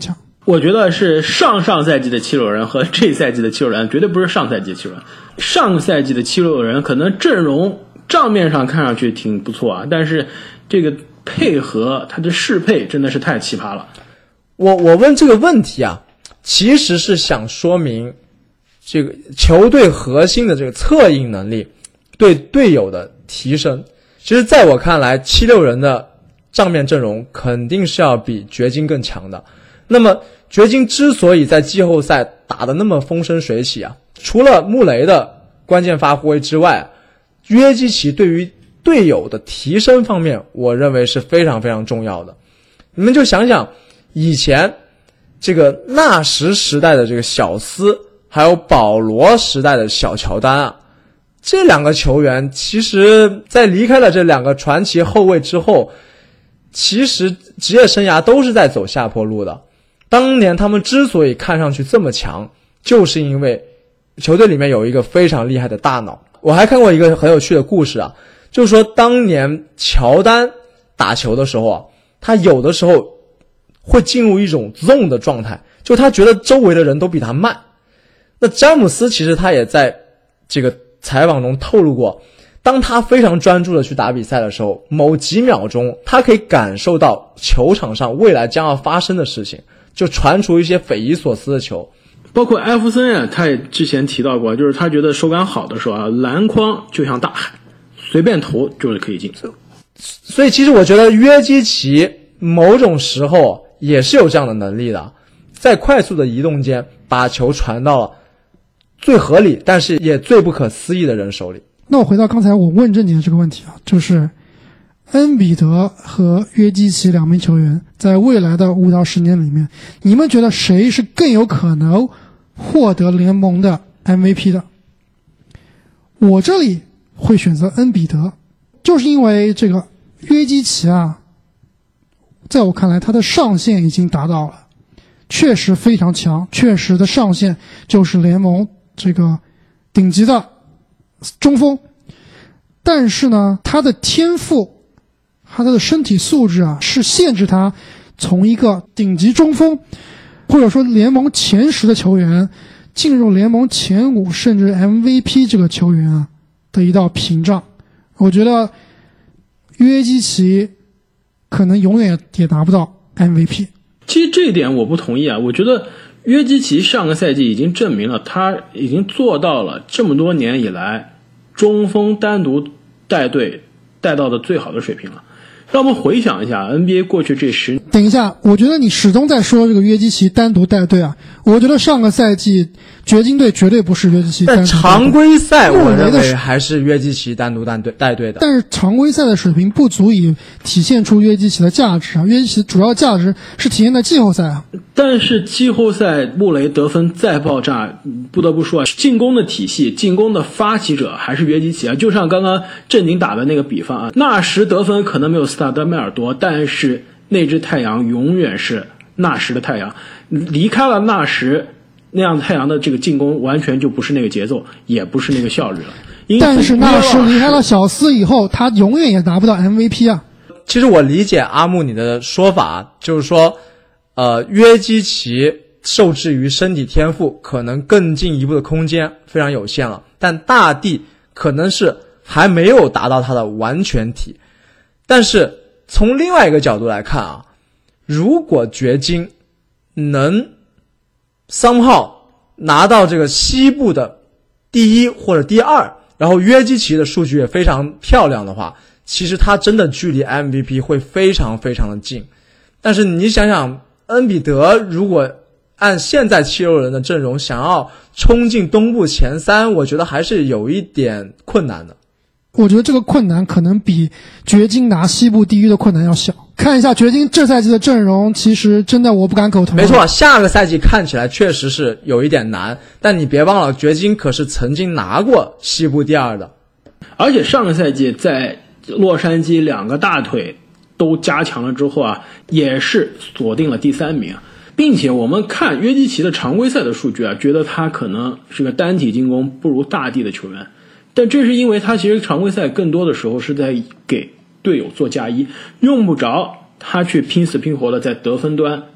我觉得是上上赛季的七六人和这赛季的七六人，绝对不是上赛季的七六人。上赛季的七六人可能阵容账面上看上去挺不错啊，但是这个配合它的适配真的是太奇葩了。 我我问这个问题啊，其实是想说明这个球队核心的这个策应能力对队友的提升。其实在我看来，七六人的账面阵容肯定是要比掘金更强的。那么掘金之所以在季后赛打得那么风生水起啊，除了穆雷的关键发挥之外，约基奇对于队友的提升方面，我认为是非常非常重要的。你们就想想以前这个纳什时代的这个小斯，还有保罗时代的小乔丹啊，这两个球员其实在离开了这两个传奇后卫之后，其实职业生涯都是在走下坡路的。当年他们之所以看上去这么强，就是因为球队里面有一个非常厉害的大脑。我还看过一个很有趣的故事啊，就是说当年乔丹打球的时候啊，他有的时候会进入一种 zone 的状态，就他觉得周围的人都比他慢。那詹姆斯其实他也在这个采访中透露过，当他非常专注的去打比赛的时候，某几秒钟他可以感受到球场上未来将要发生的事情，就传出一些匪夷所思的球。 包括艾弗森啊，他也之前提到过，就是他觉得手感好的时候啊，篮筐就像大海，随便投就是可以进。 所以其实我觉得约基奇某种时候也是有这样的能力的，在快速的移动间把球传到了最合理但是也最不可思议的人手里。 那我回到刚才我问正你的这个问题啊，就是恩比德和约基奇两名球员在未来的五到十年里面，你们觉得谁是更有可能获得联盟的 M V P 的？我这里会选择恩比德，就是因为这个约基奇啊，在我看来他的上限已经达到了，确实非常强，确实的上限就是联盟这个顶级的中锋。但是呢，他的天赋，他的身体素质啊，是限制他从一个顶级中锋或者说联盟前十的球员进入联盟前五甚至 M V P 这个球员啊的一道屏障。我觉得约基奇可能永远也拿不到 M V P。 其实这一点我不同意啊，我觉得约基奇上个赛季已经证明了他已经做到了这么多年以来中锋单独带队带到的最好的水平了。让我们回想一下 N B A 过去这十年。 等一下，我觉得你始终在说这个约基奇单独带队啊。我觉得上个赛季掘金队绝对不是约基奇单独带队， 但常规赛我认为还是约基奇单独带队带队的。 但是常规赛的水平不足以体现出约基奇的价值啊，约基奇主要价值是体现在季后赛啊。 但是季后赛穆雷得分再爆炸，不得不说啊，进攻的体系，进攻的发起者还是约基奇啊。就像刚刚正经打的那个比方啊，纳什得分可能没有斯塔德迈尔多，但是那只太阳永远是纳什的太阳。离开了纳什，那样太阳的这个进攻完全就不是那个节奏，也不是那个效率了。 但是纳什离开了小斯以后，他永远也拿不到 M V P 啊。 其实我理解阿木你的说法，就是说呃，约基奇受制于身体天赋，可能更进一步的空间非常有限了，但大帝可能是还没有达到他的完全体。但是从另外一个角度来看啊，如果掘金能 somehow 拿到这个西部的第一或者第二，然后约基奇的数据也非常漂亮的话，其实他真的距离 M V P 会非常非常的近。但是你想想，恩比德如果按现在七六人的阵容想要冲进东部前三，我觉得还是有一点困难的。 我觉得这个困难可能比掘金拿西部第一的困难要小。看一下掘金这赛季的阵容，其实真的我不敢苟同。 没错，下个赛季看起来确实是有一点难，但你别忘了掘金可是曾经拿过西部第二的。 而且上个赛季在洛杉矶两个大腿都加强了之后啊，也是锁定了第三名。并且我们看约基奇的常规赛的数据啊，觉得他可能是个单体进攻不如大帝的球员，但这是因为他其实常规赛更多的时候是在给队友做嫁衣，用不着他去拼死拼活的在得分端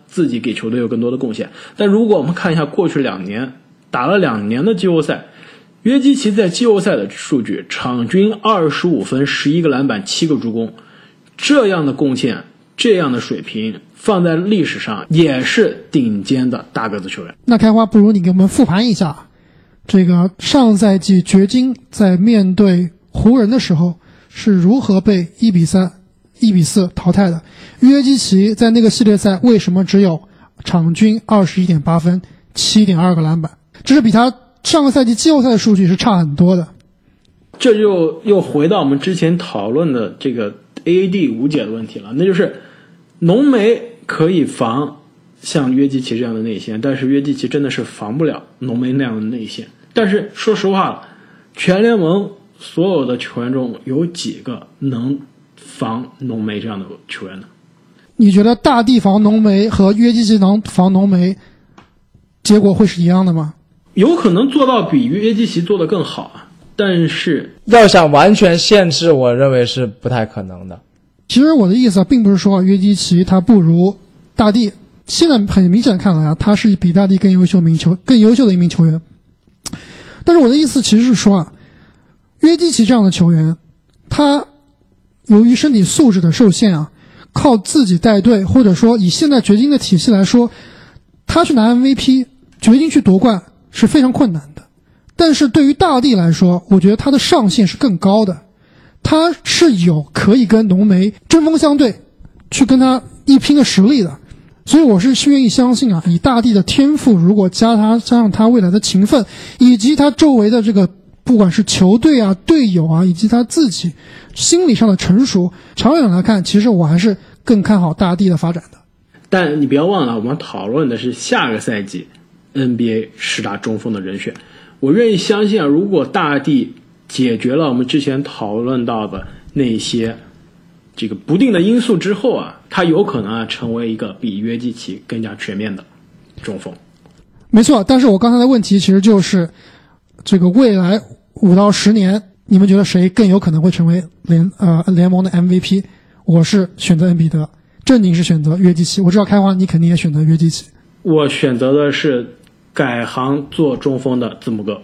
自己给球队有更多的贡献。但如果我们看一下过去两年打了两年的季后赛，约基奇在季后赛的数据，场均二十五分、十一个篮板、七个助攻，这样的贡献，这样的水平，放在历史上也是顶尖的大个子球员。 那开花，不如你给我们复盘一下，这个上赛季掘金在面对湖人的时候是如何被一比三、一比四淘汰的？约基奇在那个系列赛为什么只有场均 二十一点八 分、七点二 个篮板？这是比他上个赛季季后赛的数据是差很多的。 这就又回到我们之前讨论的这个 A A D 无解的问题了，那就是浓眉可以防像约基奇这样的内线，但是约基奇真的是防不了浓眉那样的内线。但是说实话了，全联盟所有的球员中有几个能防浓眉这样的球员呢？ 你觉得大帝防浓眉和约基奇能防浓眉结果会是一样的吗？ 有可能做到比约基奇做得更好啊，但是要想完全限制，我认为是不太可能的。 其实我的意思啊，并不是说约基奇他不如大帝，现在很明显的看来啊，他是比大帝更优秀名球更优秀的一名球员。但是我的意思其实是说啊，约基奇这样的球员，他由于身体素质的受限啊，靠自己带队，或者说以现在掘金的体系来说，他去拿 M V P， 掘金去夺冠是非常困难的。但是对于大帝来说，我觉得他的上限是更高的，他是有可以跟浓眉针锋相对，去跟他一拼的实力的。所以我是愿意相信啊，以大帝的天赋，如果加他加上他未来的勤奋，以及他周围的这个不管是球队啊、队友啊，以及他自己心理上的成熟，长远来看，其实我还是更看好大帝的发展的。 但你不要忘了，我们讨论的是下个赛季 N B A 十大中锋的人选。我愿意相信啊，如果大帝解决了我们之前讨论到的那些这个不定的因素之后啊，他有可能啊成为一个比约基奇更加全面的中锋。 没错，但是我刚才的问题其实就是这个未来五到十年，你们觉得谁更有可能会成为联呃联盟的 M V P？ 我是选择恩比德，正经是选择约基奇。我知道开花你肯定也选择约基奇。 我选择的是改行做中锋的字母哥。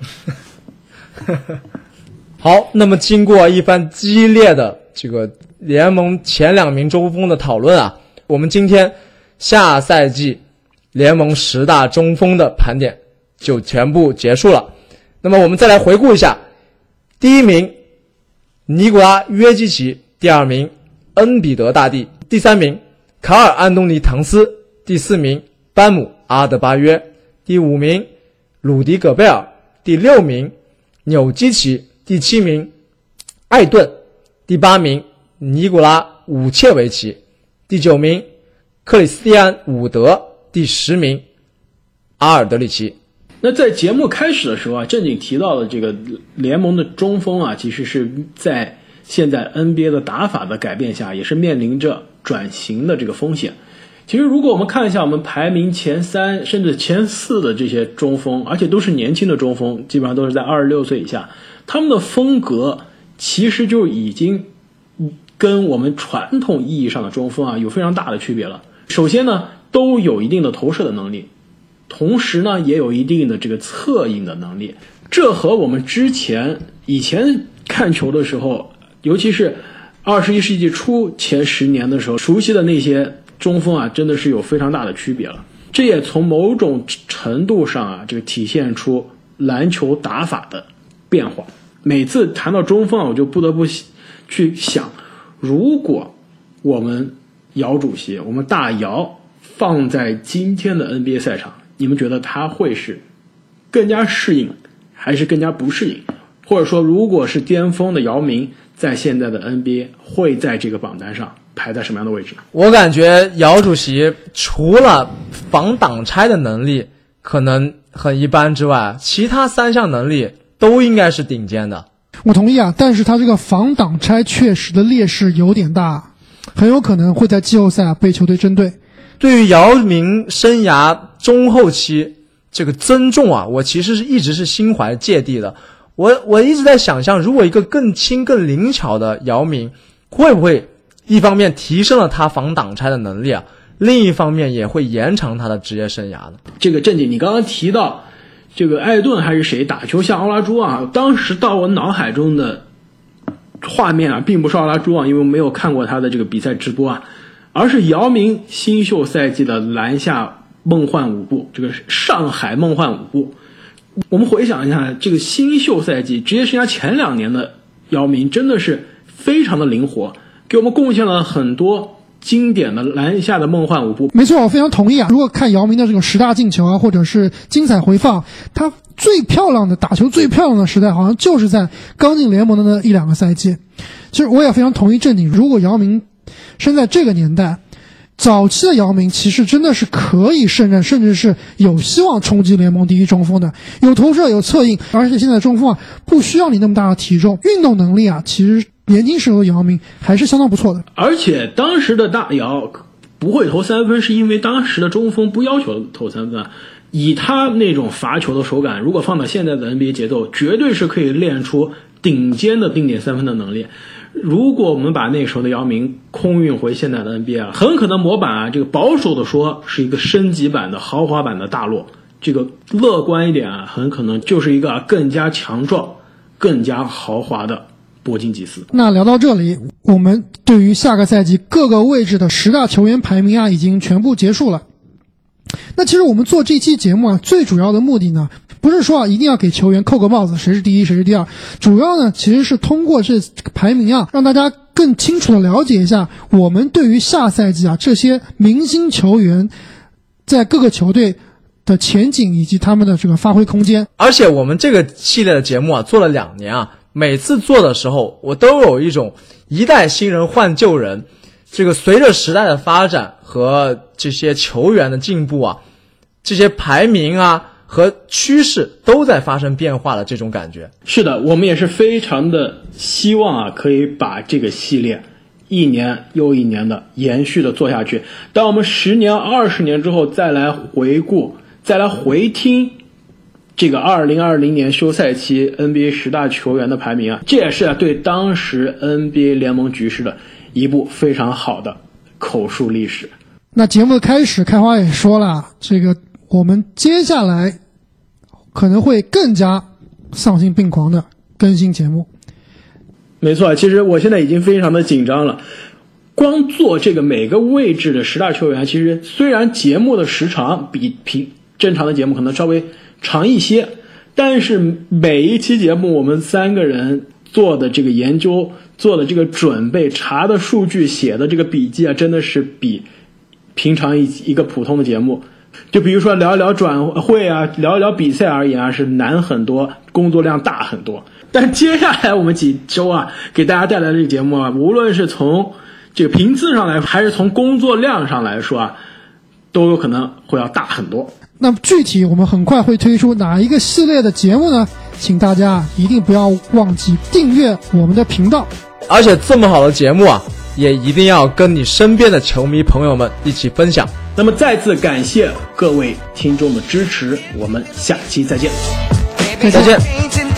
好，那么经过一番激烈的这个联盟前两名中锋的讨论啊，我们今天下赛季联盟十大中锋的盘点就全部结束了。那么我们再来回顾一下，第一名尼古拉约基奇，第二名恩比德大帝，第三名卡尔安东尼唐斯，第四名班姆阿德巴约，第五名鲁迪戈贝尔，第六名纽基奇，第七名艾顿，第八名尼古拉武切维奇，第九名克里斯蒂安伍德，第十名阿尔德里奇。 那在节目开始的时候啊，正经提到的这个联盟的中锋啊，其实是在现在 N B A 的打法的改变下，也是面临着转型的这个风险。其实如果我们看一下我们排名前三甚至前四的这些中锋，而且都是年轻的中锋，基本上都是在二十六岁以下，他们的风格其实就已经跟我们传统意义上的中锋啊有非常大的区别了。首先呢，都有一定的投射的能力，同时呢也有一定的这个策应的能力。这和我们之前以前看球的时候，尤其是二十一世纪初前十年的时候熟悉的那些中锋啊，真的是有非常大的区别了。这也从某种程度上啊，这个体现出篮球打法的变化。每次谈到中锋啊，我就不得不去想，如果我们姚主席，我们大姚放在今天的 N B A 赛场，你们觉得他会是更加适应还是更加不适应？或者说如果是巅峰的姚明，在现在的 N B A 会在这个榜单上排在什么样的位置？ 我感觉姚主席除了防挡拆的能力可能很一般之外，其他三项能力都应该是顶尖的。 我同意啊，但是他这个防挡拆确实的劣势有点大，很有可能会在季后赛啊被球队针对。 对于姚明生涯中后期这个增重啊，我其实是一直是心怀芥蒂的。我我一直在想象，如果一个更轻更灵巧的姚明，会不会一方面提升了他防挡拆的能力啊， 另一方面也会延长他的职业生涯的。 这个正经，你刚刚提到这个艾顿还是谁打球像奥拉朱旺啊？当时到我脑海中的画面啊，并不是奥拉朱旺，因为我没有看过他的这个比赛直播啊，而是姚明新秀赛季的篮下梦幻舞步，这个上海梦幻舞步。我们回想一下，这个新秀赛季职业生涯前两年的姚明真的是非常的灵活，给我们贡献了很多经典的篮下的梦幻舞步。 没错，我非常同意啊。如果看姚明的这种十大进球啊，或者是精彩回放，他最漂亮的打球最漂亮的时代，好像就是在刚进联盟的那一两个赛季。其实我也非常同意正经，如果姚明生在这个年代，早期的姚明其实真的是可以胜任，甚至是有希望冲击联盟第一中锋的，有投射有策应，而且现在的中锋啊不需要你那么大的体重，运动能力啊其实年轻时候的姚明还是相当不错的。 而且当时的大姚不会投三分，是因为当时的中锋不要求投三分，以他那种罚球的手感，如果放到现在的 N B A 节奏，绝对是可以练出顶尖的定点三分的能力。如果我们把那时候的姚明空运回现在的 N B A 啊，很可能模板啊，这个保守的说是一个升级版的豪华版的大洛，这个乐观一点啊，很可能就是一个、啊、更加强壮、更加豪华的波金吉斯。 那聊到这里，我们对于下个赛季各个位置的十大球员排名啊，已经全部结束了。那其实我们做这期节目啊，最主要的目的呢，不是说啊一定要给球员扣个帽子，谁是第一谁是第二，主要呢其实是通过这排名啊，让大家更清楚的了解一下我们对于下赛季啊这些明星球员在各个球队的前景以及他们的这个发挥空间。 而且我们这个系列的节目啊，做了两年啊，每次做的时候，我都有一种一代新人换旧人，这个随着时代的发展和这些球员的进步啊，这些排名啊和趋势都在发生变化的这种感觉。 是的，我们也是非常的希望啊，可以把这个系列一年又一年的延续的做下去。当我们十年、二十年之后再来回顾、再来回听这个二零二零年休赛期 N B A 十大球员的排名啊，这也是啊对当时 N B A 联盟局势的一部非常好的口述历史。 那节目的开始，开花也说了，这个我们接下来可能会更加丧心病狂的更新节目。 没错，其实我现在已经非常的紧张了。光做这个每个位置的十大球员，其实虽然节目的时长比平正常的节目可能稍微长一些，但是每一期节目我们三个人做的这个研究、做的这个准备、查的数据、写的这个笔记啊，真的是比平常一一个普通的节目，就比如说聊一聊转会啊，聊一聊比赛而言啊，是难很多，工作量大很多。但接下来我们几周啊，给大家带来的这个节目啊，无论是从这个频次上来，还是从工作量上来说啊，都有可能会要大很多。 那么具体我们很快会推出哪一个系列的节目呢？请大家一定不要忘记订阅我们的频道。 而且这么好的节目啊，也一定要跟你身边的球迷朋友们一起分享。 那么再次感谢各位听众的支持，我们下期再见。 再见。 再见。